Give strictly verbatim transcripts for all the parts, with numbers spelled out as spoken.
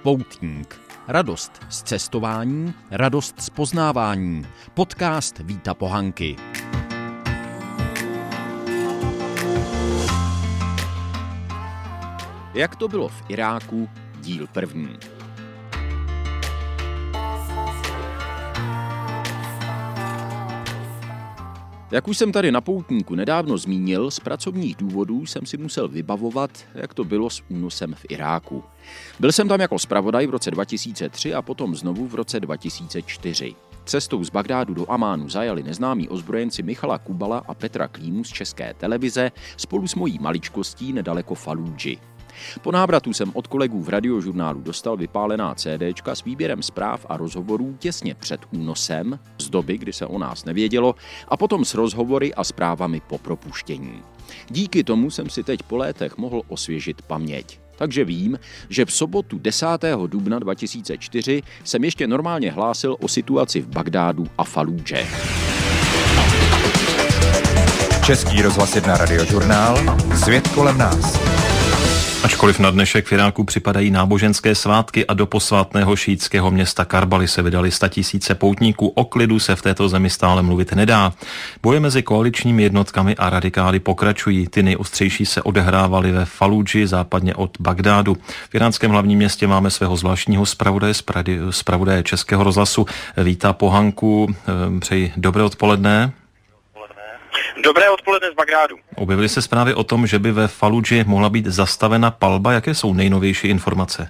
Poutník. Radost z cestování, radost z poznávání. Podcast Víta Pohanky. Jak to bylo v Iráku, díl první. Jak už jsem tady na Poutníku nedávno zmínil, z pracovních důvodů jsem si musel vybavovat, jak to bylo s únosem v Iráku. Byl jsem tam jako zpravodaj v roce dva tisíce tři a potom znovu v roce dva tisíce čtyři. Cestou z Bagdádu do Amánu zajali neznámí ozbrojenci Michala Kubala a Petra Klímu z České televize spolu s mojí maličkostí nedaleko Falúdži. Po návratu jsem od kolegů v Radiožurnálu dostal vypálená CDčka s výběrem zpráv a rozhovorů těsně před únosem, z doby, kdy se o nás nevědělo, a potom s rozhovory a zprávami po propuštění. Díky tomu jsem si teď po létech mohl osvěžit paměť. Takže vím, že v sobotu desátého dubna dva tisíce čtyři jsem ještě normálně hlásil o situaci v Bagdádu a Falúdže. Český rozhlas jedna Radiožurnál. Svět kolem nás. Ačkoliv na dnešek v Iráku připadají náboženské svátky a do posvátného šíitského města Karbali se vydali statisíce poutníků, o klidu se v této zemi stále mluvit nedá. Boje mezi koaličními jednotkami a radikály pokračují. Ty nejostřejší se odehrávaly ve Falúdži, západně od Bagdádu. V iránském hlavním městě máme svého zvláštního zpravodaje, zpravodaje Českého rozhlasu Víta Pohanku. Přeji dobré odpoledne. Dobré odpoledne z Bagdádu. Objevily se zprávy o tom, že by ve Falúdži mohla být zastavena palba. Jaké jsou nejnovější informace?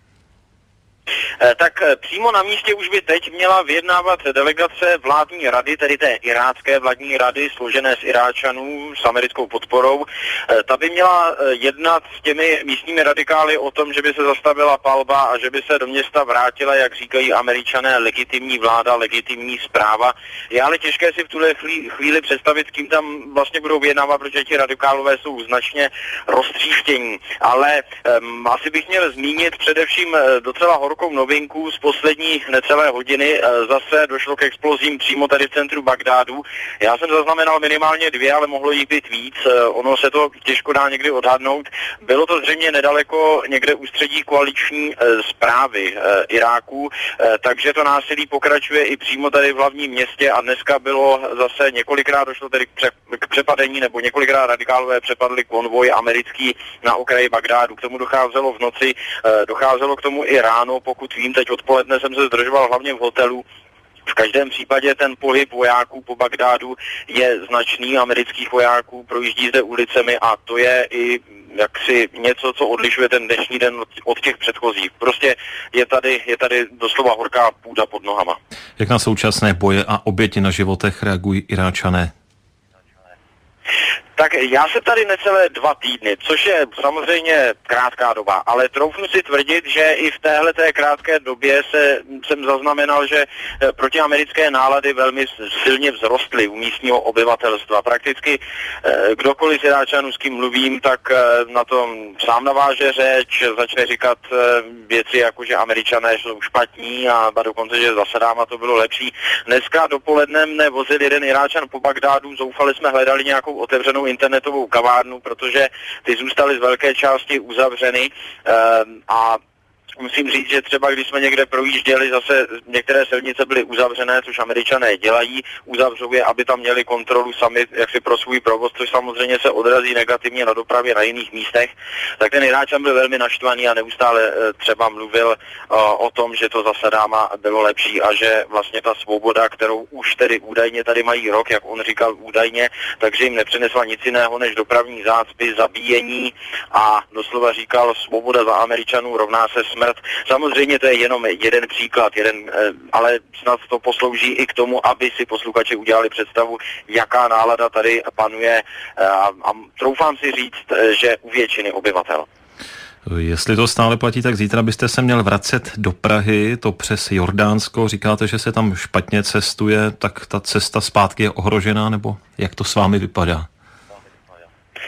Tak přímo na místě už by teď měla vyjednávat delegace vládní rady, tedy té irácké vládní rady, složené z Iráčanů s americkou podporou. Ta by měla jednat s těmi místními radikály o tom, že by se zastavila palba a že by se do města vrátila, jak říkají Američané, legitimní vláda, legitimní správa. Je ale těžké si v tuhle chvíli představit, s kým tam vlastně budou vyjednávat, protože ti radikálové jsou značně roztříštění. Ale um, asi bych měl zmínit především docela horkou novinku z poslední necelé hodiny. Zase došlo k explozím přímo tady v centru Bagdádu. Já jsem zaznamenal minimálně dvě, ale mohlo jich být víc. Ono se to těžko dá někdy odhadnout. Bylo to zřejmě nedaleko někde ústředí koaliční správy Iráku, takže to násilí pokračuje i přímo tady v hlavním městě a dneska bylo zase několikrát došlo tedy k přepadení, nebo několikrát radikálové přepadli konvoj americký na okraji Bagdádu. K tomu docházelo v noci, docházelo k tomu i ráno, pokud vím, teď odpoledne jsem se zdržoval hlavně v hotelu. V každém případě ten pohyb vojáků po Bagdádu je značný, amerických vojáků, projíždí zde ulicemi a to je i jaksi něco, co odlišuje ten dnešní den od těch předchozích. Prostě je tady, je tady doslova horká půda pod nohama. Jak na současné boje a oběti na životech reagují Iráčané? Tak já jsem tady necelé dva týdny, což je samozřejmě krátká doba, ale troufnu si tvrdit, že i v téhleté krátké době se, jsem zaznamenal, že protiamerické nálady velmi silně vzrostly u místního obyvatelstva. Prakticky kdokoliv z Iráčanů, s kým mluvím, tak na tom sám naváže řeč, začne říkat věci jako, že Američané jsou špatní a dokonce, že za Sadáma to bylo lepší. Dneska dopoledne mne vozil jeden Iráčan po Bagdádu, zoufale jsme hledali nějakou otevřenou internetovou kavárnu, protože ty zůstaly z velké části uzavřeny a musím říct, že třeba když jsme někde projížděli, zase některé silnice byly uzavřené, což Američané dělají, uzavřou je, aby tam měli kontrolu sami jaksi pro svůj provoz, což samozřejmě se odrazí negativně na dopravě na jiných místech, tak ten Iráčan byl velmi naštvaný a neustále třeba mluvil uh, o tom, že to za Sadáma bylo lepší a že vlastně ta svoboda, kterou už tedy údajně tady mají rok, jak on říkal údajně, takže jim nepřinesla nic jiného než dopravní zácpy, zabíjení a doslova říkal, svoboda za Američanů rovná se smrt. Samozřejmě to je jenom jeden příklad, jeden, ale snad to poslouží i k tomu, aby si posluchači udělali představu, jaká nálada tady panuje a, a troufám si říct, že u většiny obyvatel. Jestli to stále platí, tak zítra byste se měl vracet do Prahy, to přes Jordánsko. Říkáte, že se tam špatně cestuje, tak ta cesta zpátky je ohrožená, nebo jak to s vámi vypadá?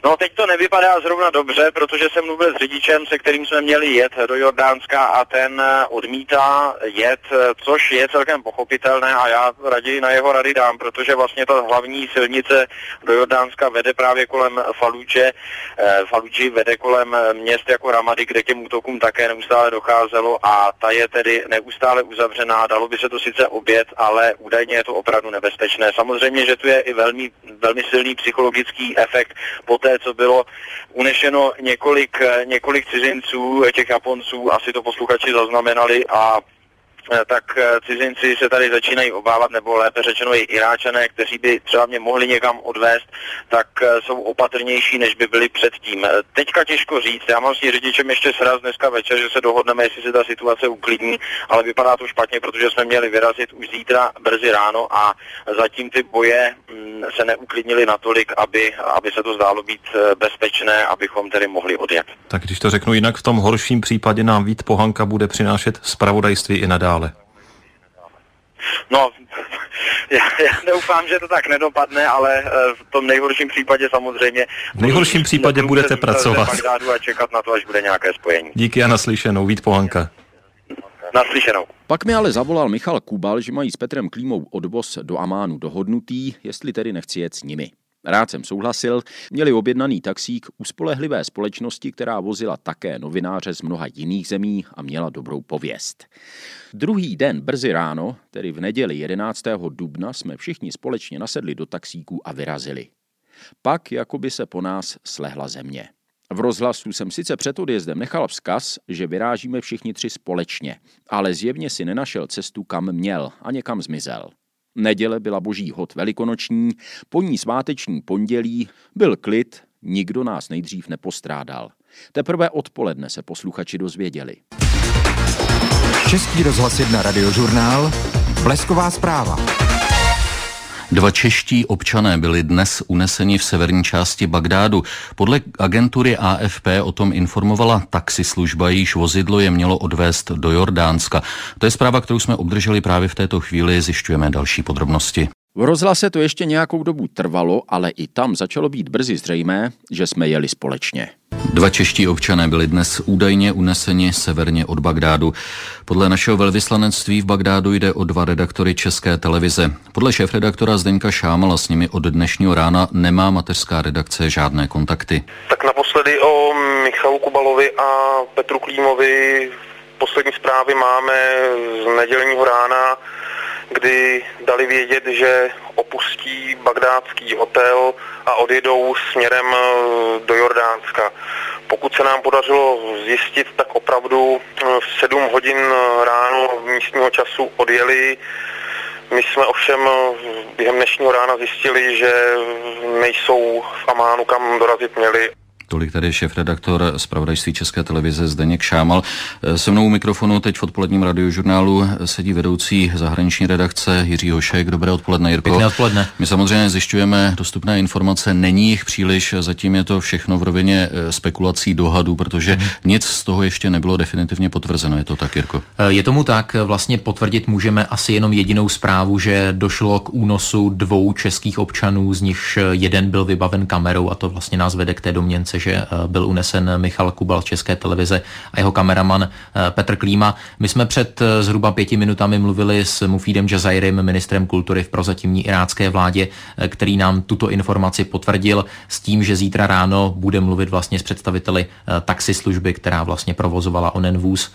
No teď to nevypadá zrovna dobře, protože jsem mluvil s řidičem, se kterým jsme měli jet do Jordánska a ten odmítá jet, což je celkem pochopitelné a já raději na jeho rady dám, protože vlastně ta hlavní silnice do Jordánska vede právě kolem Faludže. Faludži vede kolem měst jako Ramadi, kde k těm útokům také neustále docházelo a ta je tedy neustále uzavřená. Dalo by se to sice objet, ale údajně je to opravdu nebezpečné. Samozřejmě, že tu je i velmi, velmi silný psychologický efekt po té, co bylo unešeno několik, několik cizinců, těch Japonců, asi to posluchači zaznamenali a tak cizinci se tady začínají obávat, nebo lépe řečeno i Iráčané, kteří by třeba mě mohli někam odvést, tak jsou opatrnější, než by byli předtím. Teďka těžko říct, já mám s tím řidičem ještě sraz dneska večer, že se dohodneme, jestli se ta situace uklidní, ale vypadá to špatně, protože jsme měli vyrazit už zítra brzy ráno a zatím ty boje se neuklidnily natolik, aby, aby se to zdálo být bezpečné, abychom tedy mohli odjet. Tak když to řeknu jinak, v tom horším případě nám Vít Pohanka bude přinášet zpravodajství i nadále. No, já, já doufám, že to tak nedopadne, ale v tom nejhorším případě samozřejmě... V nejhorším případě budete pracovat. A čekat na to, až bude nějaké spojení. Díky a naslyšenou, Vít Pohanka. Naslyšenou. Pak mi ale zavolal Michal Kubal, že mají s Petrem Klímou odvoz do Amánu dohodnutý, jestli tedy nechci jet s nimi. Rád jsem souhlasil, měli objednaný taxík u spolehlivé společnosti, která vozila také novináře z mnoha jiných zemí a měla dobrou pověst. Druhý den brzy ráno, tedy v neděli jedenáctého dubna, jsme všichni společně nasedli do taxíků a vyrazili. Pak jakoby se po nás slehla země. V rozhlasu jsem sice před odjezdem nechal vzkaz, že vyrážíme všichni tři společně, ale zjevně si nenašel cestu, kam měl a někam zmizel. Neděle byla boží hod velikonoční, po ní sváteční pondělí, byl klid, nikdo nás nejdřív nepostrádal. Teprve odpoledne se posluchači dozvěděli. Český rozhlas jedna radiožurnál, Blesková zpráva. Dva čeští občané byli dnes uneseni v severní části Bagdádu. Podle agentury A F P o tom informovala taxislužba, jejíž vozidlo je mělo odvést do Jordánska. To je zpráva, kterou jsme obdrželi právě v této chvíli, zjišťujeme další podrobnosti. V rozhlase to ještě nějakou dobu trvalo, ale i tam začalo být brzy zřejmé, že jsme jeli společně. Dva čeští občané byli dnes údajně uneseni severně od Bagdádu. Podle našeho velvyslanectví v Bagdádu jde o dva redaktory České televize. Podle šéfredaktora Zdeňka Šámala s nimi od dnešního rána nemá mateřská redakce žádné kontakty. Tak naposledy o Michalu Kubalovi a Petru Klímovi poslední zprávy máme z nedělního rána, kdy dali vědět, že opustí bagdátský hotel a odjedou směrem do Jordánska. Pokud se nám podařilo zjistit, tak opravdu v sedm hodin ráno místního času odjeli. My jsme ovšem během dnešního rána zjistili, že nejsou v Amánu, kam dorazit měli. Tolik tady šéfredaktor zpravodajství České televize Zdeněk Šámal. Se mnou u mikrofonu teď v odpoledním radiožurnálu sedí vedoucí zahraniční redakce Jiří Hošek. Dobré odpoledne, Jirko. Pěkné odpoledne. My samozřejmě zjišťujeme dostupné informace, není jich příliš, zatím je to všechno v rovině spekulací, dohadů, protože hmm. nic z toho ještě nebylo definitivně potvrzeno. Je to tak, Jirko? Je tomu tak, vlastně potvrdit můžeme asi jenom jedinou zprávu, že došlo k únosu dvou českých občanů, z nichž jeden byl vybaven kamerou a to vlastně nás vede k té domněnce, že byl unesen Michal Kubal z České televize a jeho kameraman Petr Klíma. My jsme před zhruba pěti minutami mluvili s Mufídem Džazairem, ministrem kultury v prozatímní irácké vládě, který nám tuto informaci potvrdil s tím, že zítra ráno bude mluvit vlastně s představiteli taxislužby, která vlastně provozovala onen vůz,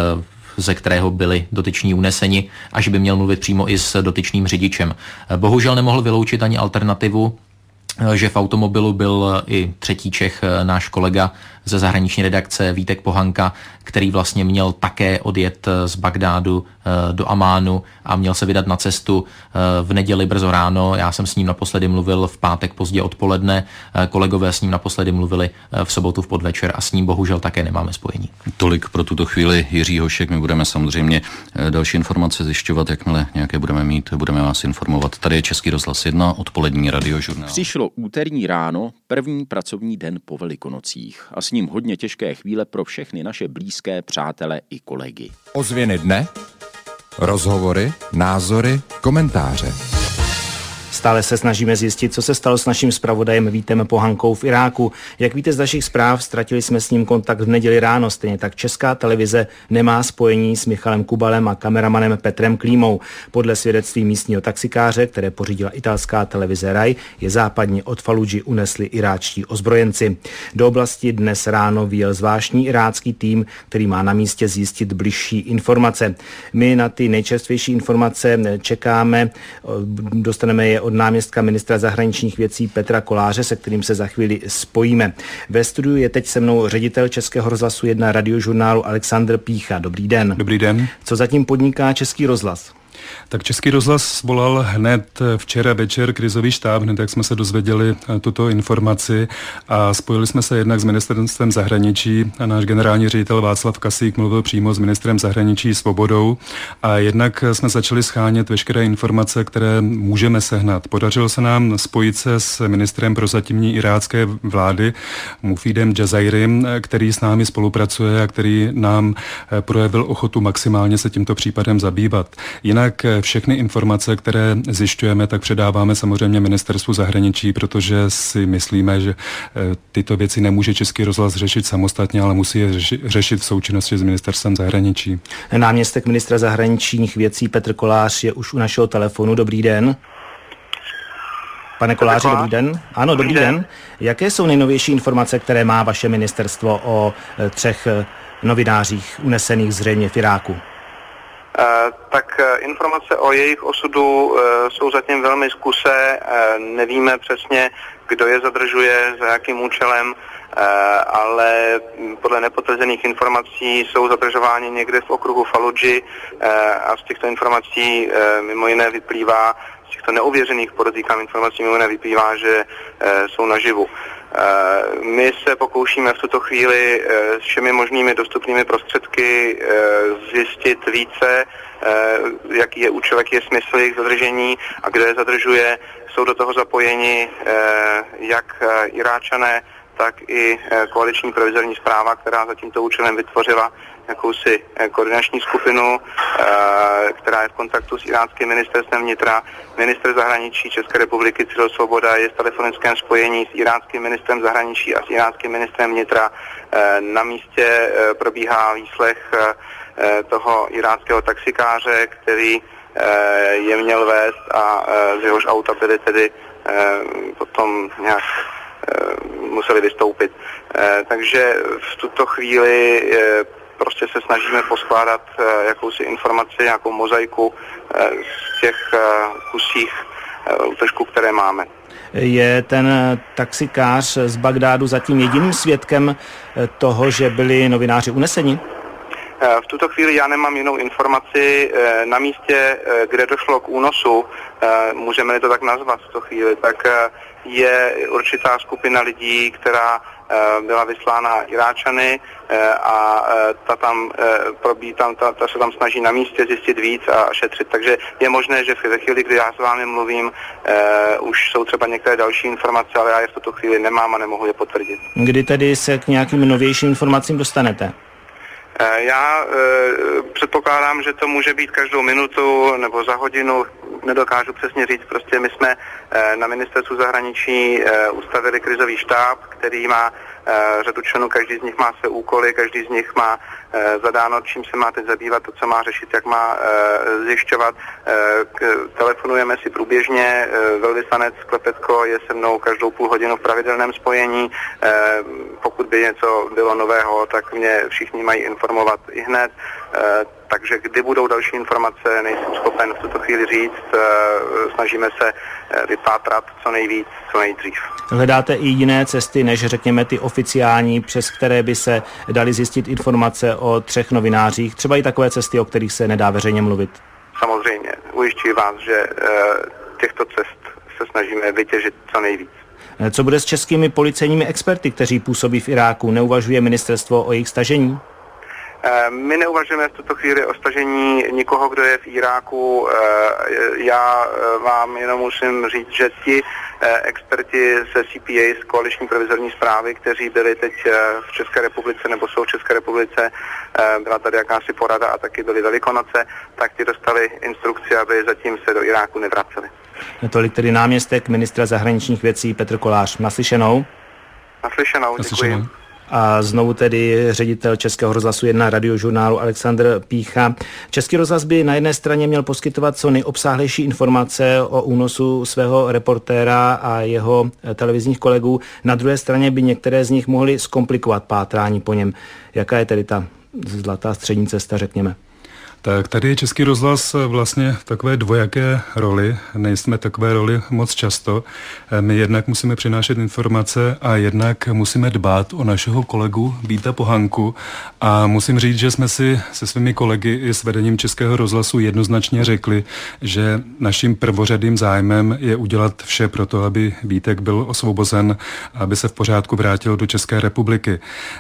ze kterého byli dotyční uneseni, a že by měl mluvit přímo i s dotyčným řidičem. Bohužel nemohl vyloučit ani alternativu, že v automobilu byl i třetí Čech, náš kolega ze zahraniční redakce Vítek Pohanka, který vlastně měl také odjet z Bagdádu do Amánu a měl se vydat na cestu v neděli brzo ráno. Já jsem s ním naposledy mluvil v pátek pozdě odpoledne, kolegové s ním naposledy mluvili v sobotu v podvečer a s ním bohužel také nemáme spojení. Tolik pro tuto chvíli Jiří Hošek. My budeme samozřejmě další informace zjišťovat, jakmile nějaké budeme mít, budeme vás informovat. Tady je Český rozhlas jedna, odpolední radiožurnál. Přišlo úterní ráno, první pracovní den po Velikonocích a s ním hodně těžké chvíle pro všechny naše blízké přátele i kolegy. Ozvěny dne, rozhovory, názory, komentáře. Stále se snažíme zjistit, co se stalo s naším zpravodajem Vítem Pohankou v Iráku. Jak víte z našich zpráv, ztratili jsme s ním kontakt v neděli ráno. Stejně tak Česká televize nemá spojení s Michalem Kubalem a kameramanem Petrem Klímou. Podle svědectví místního taxikáře, které pořídila italská televize Rai, je západně od Faludži unesli iráčtí ozbrojenci. Do oblasti dnes ráno vyjel zvláštní irácký tým, který má na místě zjistit bližší informace. My na ty nejčerstvější informace čekáme, dostaneme je od náměstka ministra zahraničních věcí Petra Koláře, se kterým se za chvíli spojíme. Ve studiu je teď se mnou ředitel Českého rozhlasu jedna Radiožurnálu Alexandr Pícha. Dobrý den. Dobrý den. Co zatím podniká Český rozhlas? Tak Český rozhlas svolal hned včera večer krizový štáb, hned jak jsme se dozvěděli tuto informaci, a spojili jsme se jednak s ministerstvem zahraničí a náš generální ředitel Václav Kasík mluvil přímo s ministrem zahraničí Svobodou a jednak jsme začali schánět veškeré informace, které můžeme sehnat. Podařilo se nám spojit se s ministrem prozatímní irácké vlády Mufidem Jazairem, který s námi spolupracuje a který nám projevil ochotu maximálně se tímto případem zabývat. Jinak všechny informace, které zjišťujeme, tak předáváme samozřejmě ministerstvu zahraničí, protože si myslíme, že tyto věci nemůže Český rozhlas řešit samostatně, ale musí je řešit v součinnosti s ministerstvem zahraničí. Náměstek ministra zahraničních věcí Petr Kolář je už u našeho telefonu. Dobrý den. Pane Koláři, dobrý den. Ano, dobrý, dobrý den. den. Jaké jsou nejnovější informace, které má vaše ministerstvo o třech novinářích unesených zřejmě v Iráku? Tak informace o jejich osudu jsou zatím velmi zkusé, nevíme přesně, kdo je zadržuje, za jakým účelem, ale podle nepotvrzených informací jsou zadržováni někde v okruhu Faludži a z těchto informací mimo jiné vyplývá, z těchto neověřených podotýkám informací mimo jiné vyplývá, že jsou naživu. My se pokoušíme v tuto chvíli s všemi možnými dostupnými prostředky zjistit více, jaký je účel, jaký je smysl jejich zadržení a kdo je zadržuje. Jsou do toho zapojeni jak Iráčané, tak i koaliční provizorní správa, která za tímto účelem vytvořila jakousi koordinační skupinu, která je v kontaktu s iránským ministerstvem vnitra. Ministr zahraničí České republiky Cyril Svoboda je v telefonickém spojení s iránským ministrem zahraničí a s iránským ministrem vnitra. Na místě probíhá výslech toho iránského taxikáře, který je měl vést a z jehož auta byly tedy potom nějak museli vystoupit. Takže v tuto chvíli prostě se snažíme poskládat jakousi informaci, nějakou mozaiku z těch kusích útržků, které máme. Je ten taxikář z Bagdádu zatím jediným svědkem toho, že byli novináři uneseni? V tuto chvíli já nemám jinou informaci. Na místě, kde došlo k únosu, můžeme to tak nazvat v tuto chvíli, tak je určitá skupina lidí, která byla vyslána Iráčany a ta tam probí, tam, ta, ta se tam snaží na místě zjistit víc a šetřit. Takže je možné, že ve chvíli, kdy já s vámi mluvím, už jsou třeba některé další informace, ale já je v tuto chvíli nemám a nemohu je potvrdit. Kdy tedy se k nějakým novějším informacím dostanete? Já e, předpokládám, že to může být každou minutu nebo za hodinu, nedokážu přesně říct, prostě my jsme e, na ministerstvu zahraničí e, ustavili krizový štáb, který má e, řadu členů, každý z nich má své úkoly, každý z nich má e, zadáno, čím se má teď zabývat, to, co má řešit, jak má e, zjišťovat. E, k, telefonujeme si průběžně, e, velvyslanec Klepetko je se mnou každou půl hodinu v pravidelném spojení, e, pokud by něco bylo nového, tak mě všichni mají informovat i hned, e, takže kdy budou další informace, nejsem schopen v tuto chvíli říct, e, snažíme se vypátrat co nejvíc, co nejdřív. Hledáte i jiné cesty, než řekněme ty oficiální, přes které by se dali zjistit informace o třech novinářích, třeba i takové cesty, o kterých se nedá veřejně mluvit? Samozřejmě, ujišťuji vás, že e, těchto cest se snažíme vytěžit co nejvíc. Co bude s českými policejními experty, kteří působí v Iráku? Neuvažuje ministerstvo o jejich stažení? My neuvažujeme v tuto chvíli o stažení nikoho, kdo je v Iráku. Já vám jenom musím říct, že ti experti ze C P A, z koaliční provizorní správy, kteří byli teď v České republice nebo jsou v České republice, byla tady jakási porada a taky byly Velikonoce, tak ti dostali instrukci, aby zatím se do Iráku nevraceli. Tolik tedy náměstek ministra zahraničních věcí Petr Kolář. Naslyšenou. Naslyšenou, děkuji. A znovu tedy ředitel Českého rozhlasu jedna Radiožurnálu Alexandr Pícha. Český rozhlas by na jedné straně měl poskytovat co nejobsáhlejší informace o únosu svého reportéra a jeho televizních kolegů. Na druhé straně by některé z nich mohly zkomplikovat pátrání po něm. Jaká je tedy ta zlatá střední cesta, řekněme? Tak tady je Český rozhlas vlastně v takové dvojaké roli, nejsme takové roli moc často. My jednak musíme přinášet informace a jednak musíme dbát o našeho kolegu Víta Pohanku a musím říct, že jsme si se svými kolegy i s vedením Českého rozhlasu jednoznačně řekli, že naším prvořadým zájmem je udělat vše pro to, aby Vítek byl osvobozen, aby se v pořádku vrátil do České republiky.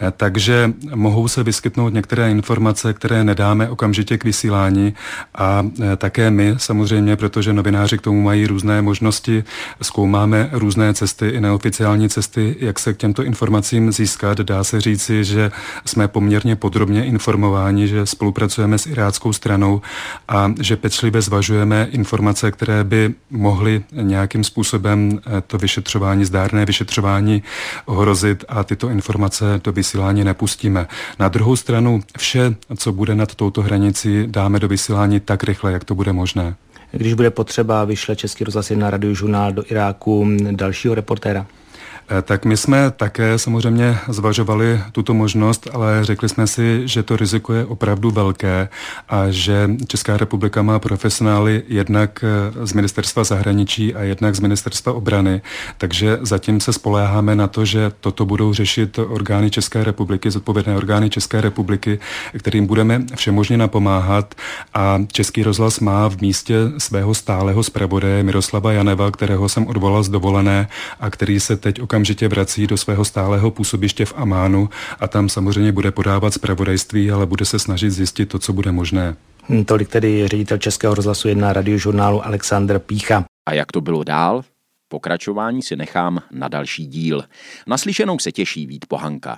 Takže mohou se vyskytnout některé informace, které nedáme okamžitě k vysílání a také my samozřejmě, protože novináři k tomu mají různé možnosti, zkoumáme různé cesty i neoficiální cesty, jak se k těmto informacím získat. Dá se říci, že jsme poměrně podrobně informováni, že spolupracujeme s iráckou stranou a že pečlivě zvažujeme informace, které by mohly nějakým způsobem to vyšetřování, zdárné vyšetřování ohrozit a tyto informace do vysílání nepustíme. Na druhou stranu vše, co bude nad touto hranicí, dáme do vysílání tak rychle, jak to bude možné. Když bude potřeba, vyšle Český rozhlas jedna Radiožurnál do Iráku dalšího reportéra? Tak my jsme také samozřejmě zvažovali tuto možnost, ale řekli jsme si, že to riziko je opravdu velké a že Česká republika má profesionály jednak z ministerstva zahraničí a jednak z ministerstva obrany, takže zatím se spoléháme na to, že toto budou řešit orgány České republiky, zodpovědné orgány České republiky, kterým budeme všemožně napomáhat a Český rozhlas má v místě svého stálého zpravodaje Miroslava Janeva, kterého jsem odvolal z dovolené a který se teď okamžitě okamžitě vrací do svého stálého působiště v Amánu a tam samozřejmě bude podávat zpravodajství, ale bude se snažit zjistit to, co bude možné. Tolik tedy ředitel Českého rozhlasu jedna Radiožurnálu Alexandr Pícha. A jak to bylo dál? Pokračování si nechám na další díl. Naslyšenou se těší Vít Pohanka.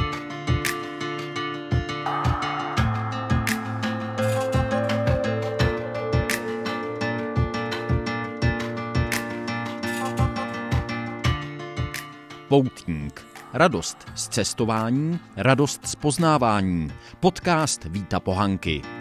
Poutník. Radost z cestování, radost z poznávání. Podcast Víta Pohanky.